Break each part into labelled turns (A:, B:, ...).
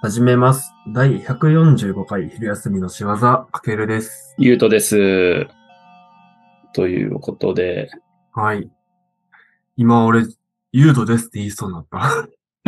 A: 始めます。第145回昼休みの仕業、かけるです。
B: ゆうとです。ということで。
A: はい。今俺、ゆうとですって言いそうになった。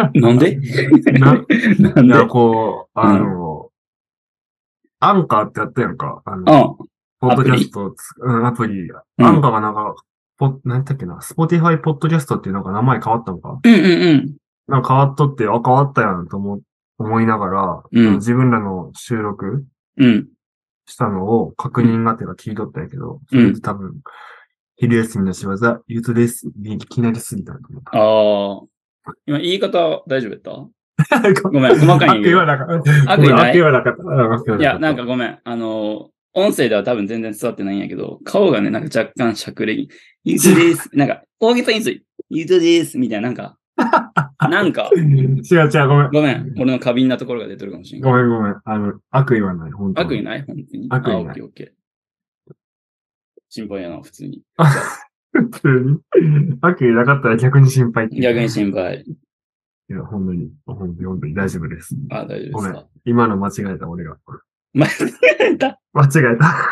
B: なんでなん
A: いや、
B: でうん。
A: アンカーってやったやんか。ポッドキャス
B: アプリ
A: トアプリ。アン
B: うん。
A: カーがなんか、なんだっけな、スポティファイポッドキャストっていうのが名前変わったのか
B: うんうん
A: なんか変わっとって、変わったやんと思いながら、
B: うん。うん。
A: 自分らの収録
B: うん。
A: したのを確認がてら聞いとったんやけど、それで
B: うん。
A: 多分、昼休みの仕業、ゆうとです。いきなりすぎたと思った。
B: ああ。今言い方大丈夫やったごめん、細かいんや
A: 悪
B: けど。
A: 言わなかった。ごめん、悪
B: 悪意ない。
A: 言わなかった。悪言わ
B: いや、
A: なかった。
B: ごめん。音声では多分全然伝わってないんやけど、顔がね、若干しゃくれ気。ゆうとです。大げさに言うと、ゆうとです。みたいな、なんか、
A: 違う違う、ごめん。
B: ごめん。俺の過敏なところが出てるかもしれんけど。
A: ごめんごめん。悪言わない、本当に。
B: 悪意ない本当に。オ
A: 悪意ない。
B: ッケーオッケー。心配やな、普通に。
A: 普通に。悪意なかったら逆に心配っていう。
B: 逆に心配。
A: いや、本当に大丈夫です。
B: あ、大丈夫で
A: ごめん。
B: すか。
A: 今の間違えた、俺が。
B: 間違えた。
A: 間違えた。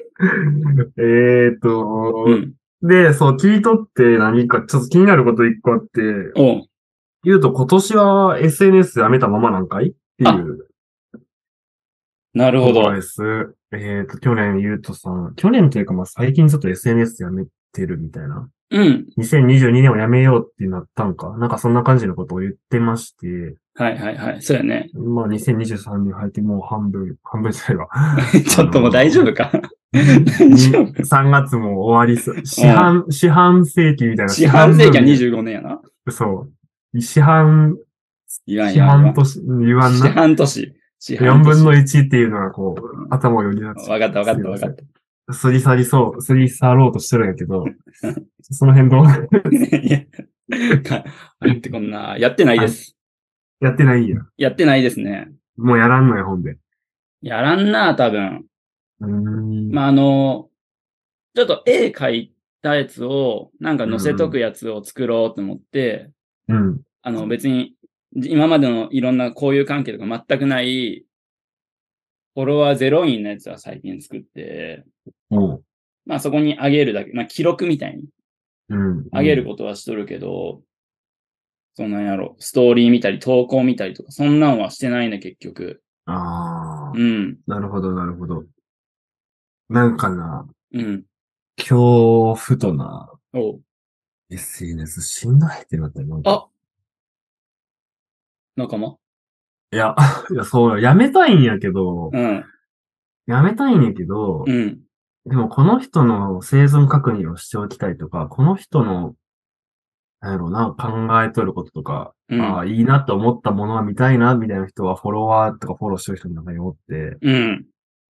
B: うん。
A: で、そう、聞いとって何か、ちょっと気になること一個あって、
B: おう。
A: 言うと今年は SNS やめたままなんかいってい
B: あ、
A: う
B: なる
A: ところで
B: ほど。
A: す。去年ゆうとさん、去年というかまあ最近ちょっと SNS やめてるみたいな。
B: うん。
A: 2022年をやめようってなったんか。なんかそんな感じのことを言ってまして、
B: はいはいはい。そうやね。
A: まあ2023年入ってもう半分じゃないわ。
B: ちょっともう大丈夫か大丈夫
A: 3月も終わり
B: うん。
A: 四半世紀みたいな、
B: 四
A: 四
B: 半世紀は
A: 半分みたい
B: 25年やな。
A: な。そう。四
B: 言わん言わん言わん。
A: 半年、言わん
B: 四
A: な。
B: 半年。四半
A: 4分の
B: 年。
A: 1っていうのがこう、
B: うん。
A: 頭をよぎらつ。
B: わかったわかっ
A: すいません。
B: たわかった。
A: すり去ろうとしてるんやけど、その辺どう
B: いや、入ってこんな。やってないで
A: あ、
B: す。
A: やってないんや。
B: やってないですね。
A: もうやらんのや、本で。
B: やらんな、多分。
A: うーん。
B: まあ、ちょっと絵描いたやつを、載せとく
A: うん。
B: やつを作ろうと思って、
A: うん。
B: 別に、今までのいろんな交友関係とか全くない、フォロワー0人のやつは最近作って、
A: おう。
B: まあそこに上げるだけ、まあ記録みたいに
A: うん。
B: 上げる
A: うん。
B: ことはしとるけど、そんなんやろ、ストーリー見たり投稿見たりとか、そんなんはしてないね、結局。
A: ああ。
B: うん。
A: なるほど、なるほど。なんかな、
B: うん。
A: 恐怖とな、
B: おう。
A: SNS しんどいってなったよ、なんか。
B: あ、仲間
A: いや、いや、そう、やめたいんやけど、
B: うん。
A: やめたいんやけど、
B: うん。
A: でもこの人の生存確認をしておきたいとか、この人の、なんやろうな、考えとることとか、ああ、
B: うん。
A: いいなと思ったものは見たいな、みたいな人はフォロワーとかフォローしてる人の中におって、
B: うん。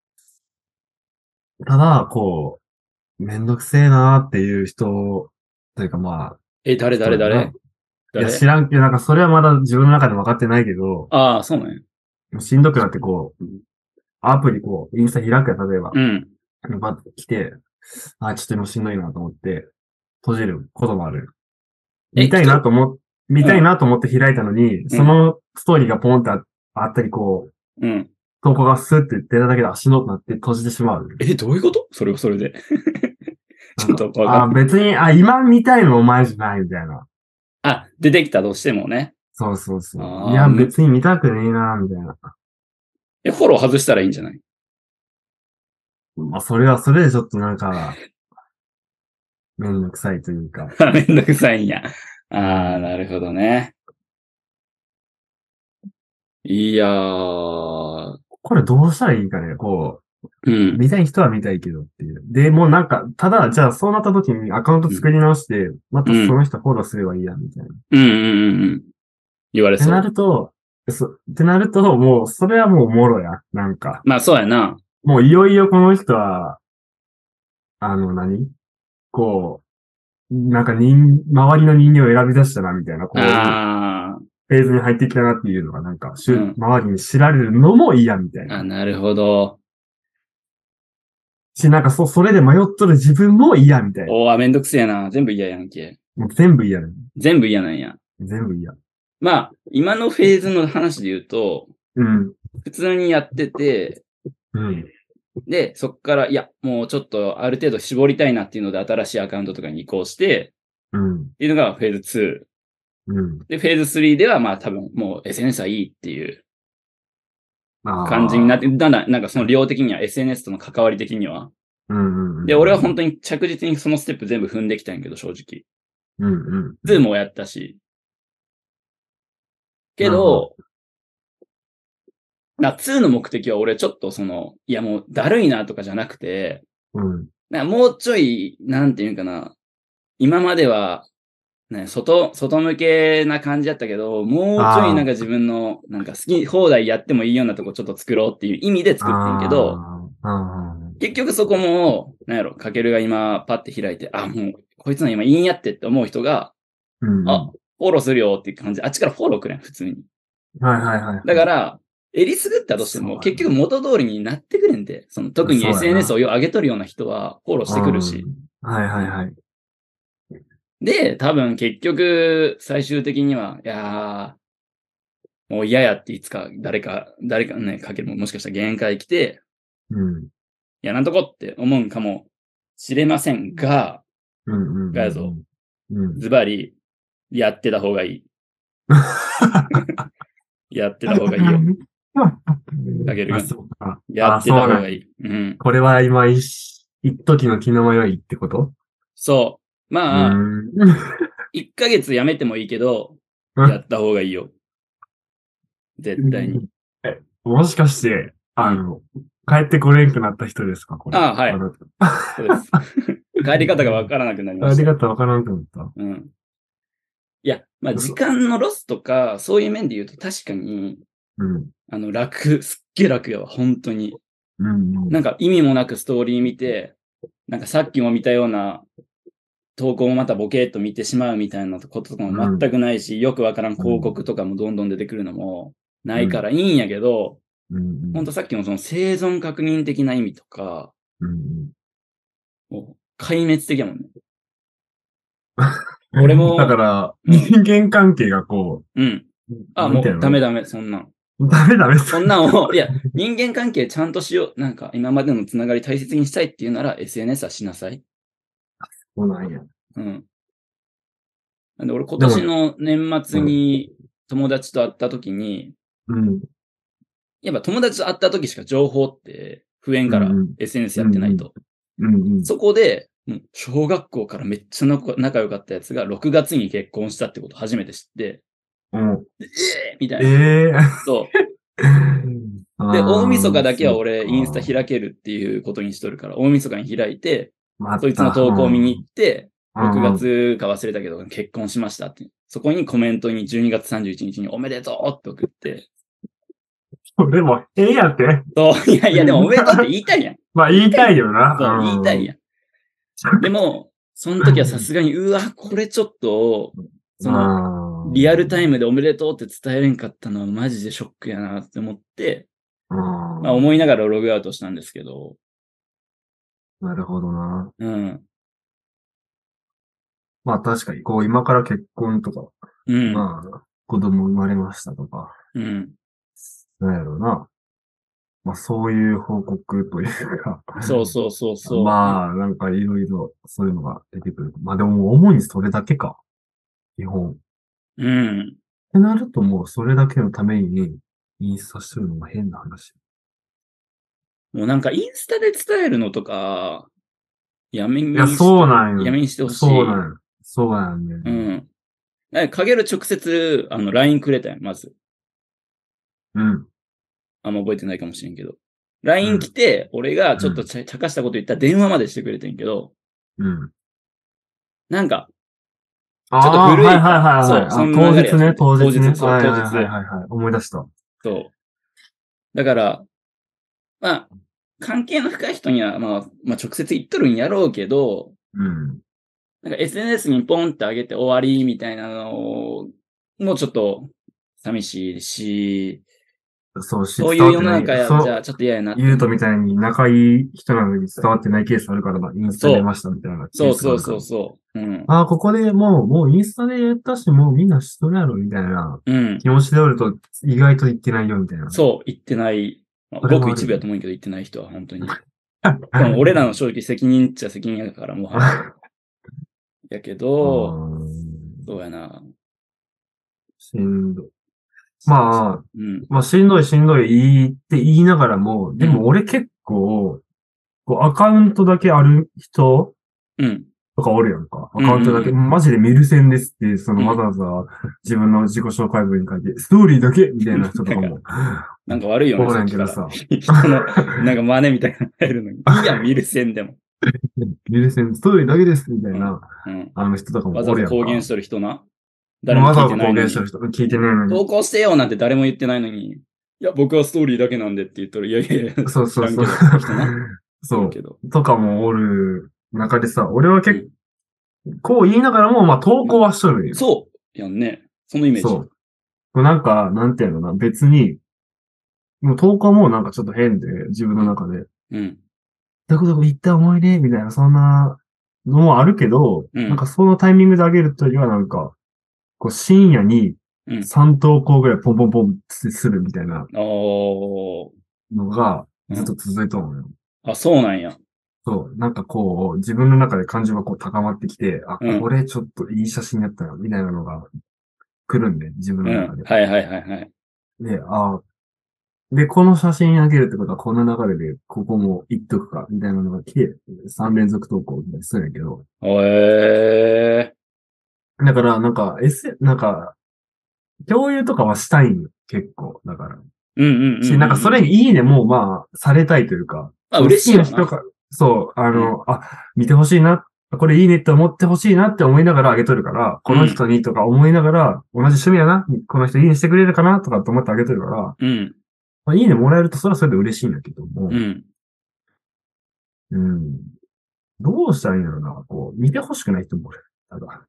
A: ただ、めんどくせえなっていう人、というかまあ、
B: え、誰
A: 人やな。
B: 誰誰
A: いや、知
B: 誰
A: らんけど、なんかそれはまだ自分の中で分かってないけど、
B: ああ、そうなんや。
A: しんどくなってアプリインスタ開くや、例えば、
B: うん。
A: バッと来て、あ、ちょっと今しんどいなと思って、閉じることもある。見
B: え、
A: たいなと思っ、見
B: うん。
A: たいなと思って開いたのに、
B: うん。
A: そのストーリーがポンってあったり、
B: うん。
A: 投稿がスッて出ただけで足のとなって閉じてしまう。
B: え、どういうことそれはそれで。ちょっ
A: なんか、あ、
B: とわかん。
A: 別に、あ、今見たいのお前じゃないみたいな。
B: あ、出てきたとしてもね。
A: そうそうそう。い
B: ああ、
A: や、別に見たくねえな、みたいな。
B: フォロー外したらいいんじゃない
A: まあ、それはそれでちょっとなんか、めんどくさいというか。
B: めんどくさいんや。ああ、
A: うん。
B: なるほどね。いやー、
A: これどうしたらいいかね、
B: うん、
A: 見たい人は見たいけどっていう。で、もうなんか、ただ、じゃあそうなった時にアカウント
B: うん、
A: 作り直して、ま
B: うん、
A: たその人フォローすればいいや、みたいな。っ
B: うん、うん、うん。言われ
A: てな
B: そ
A: ると、ってなると、もう、それはもうおもろや。なんか。
B: う。まあ、そうやな。
A: もういよいよこの人は、あのこなんか周りの人間を選び出したな、みたいな、こういう
B: ああ、
A: フェーズに入ってきたなっていうのが、なんか、
B: うん。
A: 周りに知られるのも嫌みたい
B: あ、
A: な。
B: なるほど。
A: なんかそれで迷っとる自分も嫌みたいな。
B: おー、めんどくせえな。全部嫌やんけ。
A: もう全部嫌だ。
B: 全部嫌なんや。
A: 全部嫌。
B: まあ、今のフェーズの話で言うと、
A: うん。
B: 普通にやってて、
A: うん。
B: で、そっから、いや、もうちょっとある程度絞りたいなっていうので新しいアカウントとかに移行して、
A: うん。
B: っていうのがフェーズ2。
A: うん。
B: で、フェーズ3ではまあ多分もう SNS はいいっていう感じになって、
A: ああ。
B: だんだんなんかその量的には SNS との関わり的には。
A: うんうんう
B: で、俺は
A: んうん。
B: 本当に着実にそのステップ全部踏んできたんやけど、正直。
A: うんうんう
B: 2
A: ん。
B: もやったし。け
A: なるほど。
B: ど、2の目的は俺ちょっといやもうだるいなとかじゃなくて、
A: うん。
B: もうちょい、なんていうかな、今までは、ね、外向けな感じだったけど、もうちょいなん
A: あ
B: か自分の、なんか好き放題やってもいいようなとこちょっと作ろうっていう意味で
A: あ。
B: 作ってんけど、
A: ああ。ああ。
B: 結局そこも、なんやろ、かけるが今パッて開いて、あ、もう、こいつの今いいんやってって思う人が、あ、
A: うんうん。
B: フォローするよっていう感じで、あっちからフォローくれん、普通に。
A: はいはいはいはい。
B: だから、えりすぐったとしても、
A: そうや
B: 結局元通りになってくれんで、特
A: な。
B: に
A: そうや
B: SNS を
A: な。
B: 上げとるような人はフォロー
A: う
B: してくるし。
A: ん。はいは
B: うん、
A: いはい。
B: で、多分結局、最終的には、いやー、もう嫌やっていつか誰かね、かけるももしかしたら限界来て、
A: うん。
B: いや、なんとこって思うんかもしれませんが、
A: うんうんう
B: ガヤゾ、
A: んうん。うん。
B: ズバリ、やってた方がいい。やってた方がいいよ。かける
A: あ、
B: が。
A: そうか。あ、
B: やってた
A: そうなんや。
B: 方がいい。うん。
A: これは今、一時の気の迷いってこと？
B: そう。
A: うー
B: まあ、
A: ん。
B: 1ヶ月やめてもいいけど、やった方がいいよ。絶対に。
A: もしかして、
B: うん。
A: 帰ってこれんくなった人ですかこれ？
B: ああ、はい。
A: あな
B: そうです。
A: た。
B: 帰り方がわからなくなりました。
A: ありがとう、わからんくなった。
B: うん。いや、まあ、時間のロスとか、そういう面で言うと確かに、
A: うん。
B: すっげえ楽やわ、本当に。
A: うん、うん。
B: なんか意味もなくストーリー見て、なんかさっきも見たような投稿をまたボケーっと見てしまうみたいなこととかも
A: うん、
B: 全くないし、よくわからん
A: うん、
B: 広告とかもどんどん出てくるのもないか
A: うん、
B: らいいんやけど、
A: うん、
B: ほんとさっきのその生存確認的な意味とか、
A: うん。
B: もう壊滅的やもんね。俺
A: だか
B: も、
A: ら、
B: うん、
A: 人間関係がこ
B: うん。
A: う、
B: あ、も
A: なんていうの？
B: うダメダメ、そんなん。
A: ダメダメ、
B: そんなんを、いや、人間関係ちゃんとしよう。なんか今までのつながり大切にしたいっていうなら SNS はしなさい。
A: そうなんや。
B: うん。なんで俺今
A: でもね、
B: 年の年末
A: うん、
B: に友達と会った時に、
A: うん、
B: やっぱ友達と会った時しか情報って増えん
A: うん、
B: から、
A: うん、
B: SNS やって
A: うん、
B: ないと。
A: うん、うん。
B: そこで、もう小学校からめっちゃ仲良かったやつが6月に結婚したってこと初めて知って、
A: うん。
B: えみたいな。
A: ええ
B: そ
A: ー。
B: う。で、大晦日
A: ああ、
B: だけは
A: そっ
B: 俺インスタ
A: か。
B: 開けるっていうことにしとるから、大晦日に開いて、そいつの
A: また、
B: 投稿を見に行って、6
A: うん、うん。
B: 月か忘れたけど結婚しましたって。そこにコメントに12月31日にちにおめでとうって送って、
A: でも、ええやって。
B: そう、いやいや、でもおめでとうって言いたいやん。
A: まあ、言い
B: 言いたいやん。
A: たいよな。
B: そう、言いた
A: うん。
B: いやん。でも、その時はさすがに、うわ、これちょっと、
A: う
B: リアルタイ
A: ん。
B: ムでおめでとうって伝えれんかったのはマジでショックやなって思って、
A: う
B: まあ思いな
A: ん。
B: がらログアウトしたんですけど、
A: なるほどな。
B: うん、
A: まあ確かに、こう、今から結婚とか、
B: うん、
A: まあ、子供生まれましたとか、
B: うん。
A: なんやろうな。まあそういう報告というか、
B: そうそうそうそう。
A: まあ、なんかいろいろそういうのが出てくる。まあでも、主にそれだけか。基本。っ
B: うん。
A: てなるともう、それだけのために、インスタするのも変な話。
B: もうなんかインスタで伝えるのとか、
A: いや、そうなんよ。
B: やめにしてほしい。
A: そうなんよ。そうなんだよね。
B: うん。かげる直接、LINE くれたよ、まず。
A: うん、
B: あんま覚えてないかもしれんけど。
A: う
B: LINE 来
A: ん、
B: て、俺がちょっと
A: うん、
B: 茶化したこと言ったら電話までしてくれてんけど、
A: うん。
B: なんか、ちょっと
A: ああ、はいはい
B: 古いから、そう、
A: はいはい。あ、
B: その
A: 当日ね、
B: 流れやと思って。
A: 当日ね。
B: 当日、そう、
A: はいはいはい
B: 当日。
A: はいはい。思い出した。
B: そう。だから、まあ、関係の深い人には、まあ、直接言っとるんやろうけど、
A: うん。
B: なんか SNS にポンって上げて終わりみたいなのもちょっと寂しいし、
A: そうし、
B: そういう世の
A: 伝わってない。
B: 中や、じゃあちょっと嫌やなって
A: 言う
B: 思う。
A: とみたいに仲いい人なのに伝わってないケースあるからな。インスタ見
B: そう。
A: ましたみたいなケー
B: そう
A: スがあるから。
B: そうそうそう。うん。
A: ああ、ここでもうインスタで言ったし、もうみんな知っとるやろ、みたいな
B: うん。
A: 気持ちでおると意外と言ってないよ、みたいな。
B: そう、言ってない。まあ、ごく
A: それもあるよね。
B: 一部やと思うけど言ってない人は本当に。でも俺らの正直責任っちゃ責任やから、もはや。やけ
A: あ
B: ど、
A: ー
B: そうやな。
A: しんどい。まあ、
B: うん。
A: まあ、しんどいしんどいって言いながらも、でも俺結構、こうアカウントだけある人
B: うん。
A: とかおるやんか。ア
B: うん。
A: カウントだけ、
B: うん。
A: マジでメルセンですって、そのわ
B: うん。
A: ざわざ自分の自己紹介文に書いて、ストーリーだけみたいな人と
B: なんか、
A: かも、
B: なんか悪いよね、
A: おる
B: さっきから。
A: んやけどさ。
B: 人の、なんか真似みたいなの入るのに。いいやん、見る線でも。
A: メルセン、ストーリーだけですみたい
B: うん。
A: な、
B: うん。
A: 人とかも
B: わざわざ
A: おるやんか。
B: 公言しとる人な。誰も聞いて
A: わざわざ公
B: ないのに。
A: 言してる人、聞いてねえのに。
B: 投稿してよなんて誰も言ってないのに。いや、僕はストーリーだけなんでって言っとる。いやいやいや、
A: そうそうそう。
B: 知らんけどって人な。おる
A: そ
B: けど。
A: う。とかもおる中でさ、俺は結
B: うん。
A: 構言いながらも、まあ投
B: うん。
A: 稿はしとるよ。
B: そうやんね。そのイメージ。
A: そう。なんか、なんていうのかな、別に、もう投稿もなんかちょっと変で、自分
B: うん。
A: の中で。
B: うん。
A: どこどこ行った思い出みたいな、そんなのもあるけど、
B: うん。
A: なんかそのタイミングであげるというよりはなんか、こう深夜に
B: うん。
A: 3投稿ぐらいポンポンポンってするみたいな
B: おー。
A: のがずっと
B: うん。
A: 続いたのよ。
B: あ、そうなんや。
A: そう、なんかこう、自分の中で感情がこう高まってきて、あ、
B: うん。
A: これちょっといい写真やったよ、みたいなのが来るんで、自分
B: うん。
A: の中で。
B: はいはいはいはい。
A: で、で、この写真あげるってことは、この流れで、ここも言っとくか、みたいなのが来て、3連続投稿みたいにするんやけど、
B: え
A: だから、なんか、なんか、共有とかはしたいんよ、結構。だから。
B: うんうんうんうん
A: なんかそ
B: うん。
A: れにいいねも、まあ、されたいというか、
B: まあ、
A: その好き
B: 嬉しいわな。
A: な人が、そう、
B: うん。
A: 見てほしいな、これいいねって思ってほしいなって思いながらあげとるから、この
B: うん。
A: 人にとか思いながら、同じ趣味やな、この人いいねしてくれるかなとかって思ってあげとるから、
B: うん。
A: まあ、いいねもらえるとそれはそれで嬉しいんだけども、
B: うん。
A: うん。どうしたらいいんだろうな、こう、見てほしくない人もおる。ただ。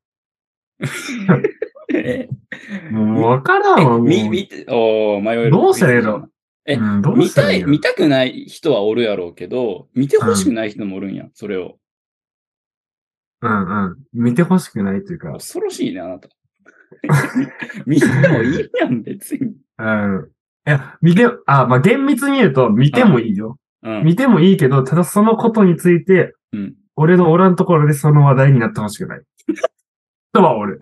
B: え、
A: もうわからんわ、もう。
B: 見て、迷える
A: どうしたらいいの？
B: クイズじゃん。
A: どうしたらいいの？
B: 見たくない人はおるやろうけど、見てほしく
A: うん、
B: ない人もおるんや、それを。
A: うん。見てほしくないというか、
B: 恐ろしいね、あなた。見てもいいやん、別に。
A: うん。いや、まあ、厳密に言うと、見て
B: うん、
A: もいいよ。
B: うん、
A: 見てもいいけど、ただそのことについて、
B: うん。
A: 俺のおらんところでその話題になってほしくない。とは俺。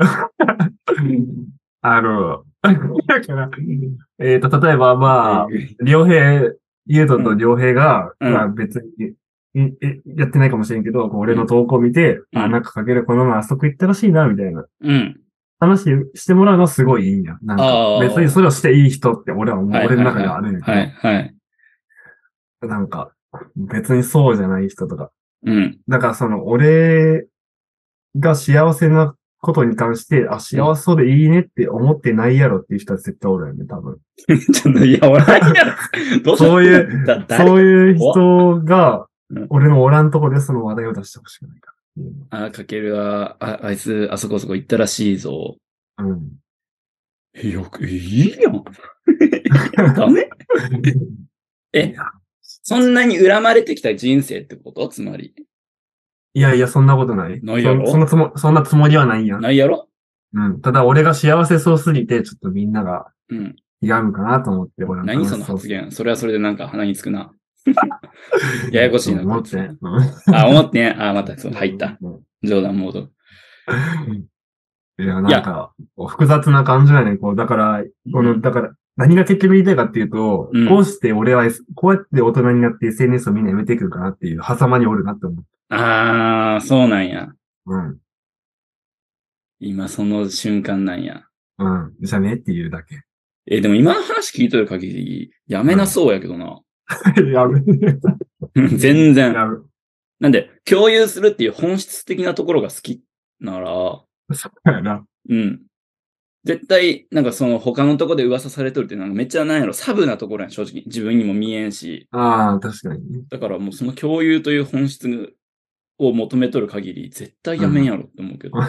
A: だから、例えば、まあ、
B: えぐい。
A: ゆうと
B: うん、
A: と良平が、まあ
B: うん、
A: 別に、やってないかもしれんけど、こう俺
B: うん、
A: の投稿を見て、あ、な
B: うん、
A: んかかけるこの前あそこ行ったらしいな、みたいな
B: うん。
A: 話してもらうのはすごいいいんや。な
B: あ
A: んか、別に
B: あ、
A: それをしていい人って
B: はい
A: 俺の中で
B: はいはい。
A: はあるんやけど、
B: はいはい。
A: なんか、別にそうじゃない人とか。
B: うん。
A: だからその、俺が幸せなことに関して、あ、
B: うん。
A: 幸せそうでいいねって思ってないやろっていう人は絶対おるよね、多分。
B: ちょっと、いや、おらんやろ。どう
A: そうい
B: だ、
A: う、
B: 誰
A: そういう
B: 怖っ。
A: 人が、
B: うん。
A: 俺のおらんところでその話題を出してほしくないから。
B: あ、かけるは、あいつ、あそこそこ行ったらしいぞ。
A: うん。
B: いいやん。ダメ
A: いや、
B: そんなに恨まれてきた人生ってことつまり。
A: いやいや、そんなことない。
B: ないやろ
A: そんなつもりはないんや。
B: ないやろ
A: うん。ただ俺が幸せそうすぎて、ちょっとみんなが
B: うん。
A: 悲むかなと思って、俺は
B: 何そ
A: 楽しそう。
B: の発言。それはそれでなんか鼻につくな。ややこしいな、こいつ。
A: 思って。
B: あ、思ってね。あ、また、そう、入った。
A: うん
B: 冗談モード。
A: いや、
B: いや、
A: なんか、複雑な感じやねん。
B: うん。
A: だから、何が結局言いたいかっていうと、
B: うん。
A: こうして俺は、こうやって大人になって SNS をみんなやめていくのかなっていう狭間におるなって思う。
B: あー、そうなんや。
A: うん。
B: 今その瞬間なんや。
A: うん。じゃねっていうだけ。
B: でも今の話聞いとる限り、やめ
A: うん。
B: なそうやけどな。
A: やめ。
B: 全然。
A: やめ。
B: なんで、共有するっていう本質的なところが好きなら、
A: そうやな。
B: うん。絶対、なんかその他のとこで噂されとるってなんかめっちゃなんやろ、サブなところやん、正直。自分にも見えんし。
A: ああ、確かにね。
B: だからもうその共有という本質を求めとる限り、絶対やめんや
A: うん。
B: ろって思うけど。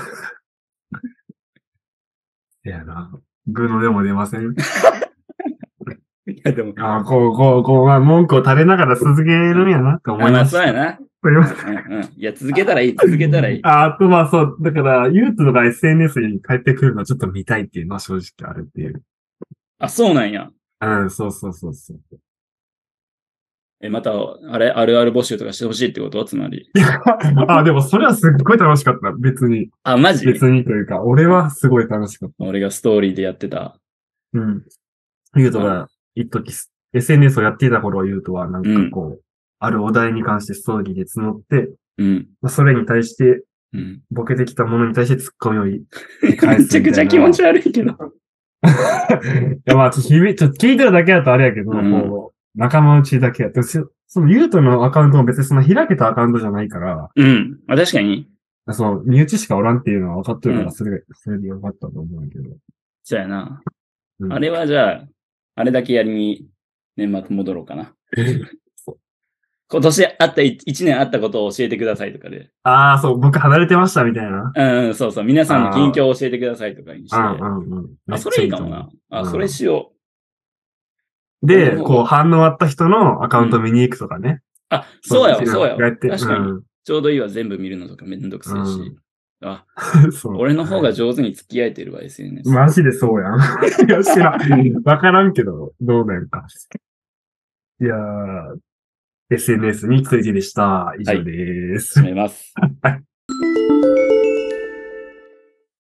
A: いやな。グのでも出ません。
B: いや、でも、
A: まあ、文句を垂れながら続けるんやなって思い
B: まあ、
A: ました。
B: そうやな。
A: 思いまし
B: いや、続けたらいい、続けたらいい。
A: あと、まあそう、だから、ユートとか SNS に帰ってくるのはちょっと見たいっていうのは正直あるっていう。
B: あ、そうなんや。
A: うん、そうそうそうそう。
B: また、あれ、あるある募集とかしてほしいってことつまり。
A: あ、でもそれはすっごい楽しかった。別に。
B: あ、マジ？
A: 別にというか、俺はすごい楽しかった。
B: 俺がストーリーでやってた。
A: うん。ユート
B: あ、
A: が一時 SNS をやっていた頃、ユートはなん
B: うん、
A: かこう、あるお題に関してストーリーで募って、
B: うん、
A: まあそれに対して、
B: うん。
A: ボケてきたものに対してツッコミを返
B: めちゃ
A: すみたいな。
B: くちゃ気持ち悪いけど。
A: いや、まあ、ちょっと聞いてるだけだとあれやけど、
B: うん、
A: こう、仲間内だけやって、そのユートのアカウントも別にその開けたアカウントじゃないから、
B: うん。あ、確かに。
A: その、身内しかおらんっていうのは分かっとるから、
B: うん。
A: それでよかったと思うんやけど。
B: そうやな。
A: うん。
B: あれはじゃあ、あれだけやりに年末戻ろうかな。
A: そう
B: 今年あった、一年あったことを教えてくださいとかで。
A: ああ、そう、僕離れてましたみたいな。
B: うん、そうそう。皆さんの近
A: あ
B: 況を教えてくださいとかにし
A: あ、
B: て。
A: うん。め
B: あ、
A: っ
B: そ
A: ちゃいいと思
B: れいいかもな。あ、それ
A: う。
B: しよ俺の
A: で、こう、
B: 方が。
A: 反応あった人のアカ
B: うん。
A: ウント見に行くとかね。
B: あ、
A: そっ
B: そうやわ、
A: ちの、
B: そうやわ。
A: やって、
B: 確かに。ちょうどいいわ、全部見るのとかめんどくせえし。あ、
A: そう。
B: 俺の方が上手に付き合えてるわ、SNS。
A: マジでそうやん。いや、知らん。わからんけど、どうなんか。いやー、SNS についてでした。以上
B: はい、
A: です。
B: 締めます。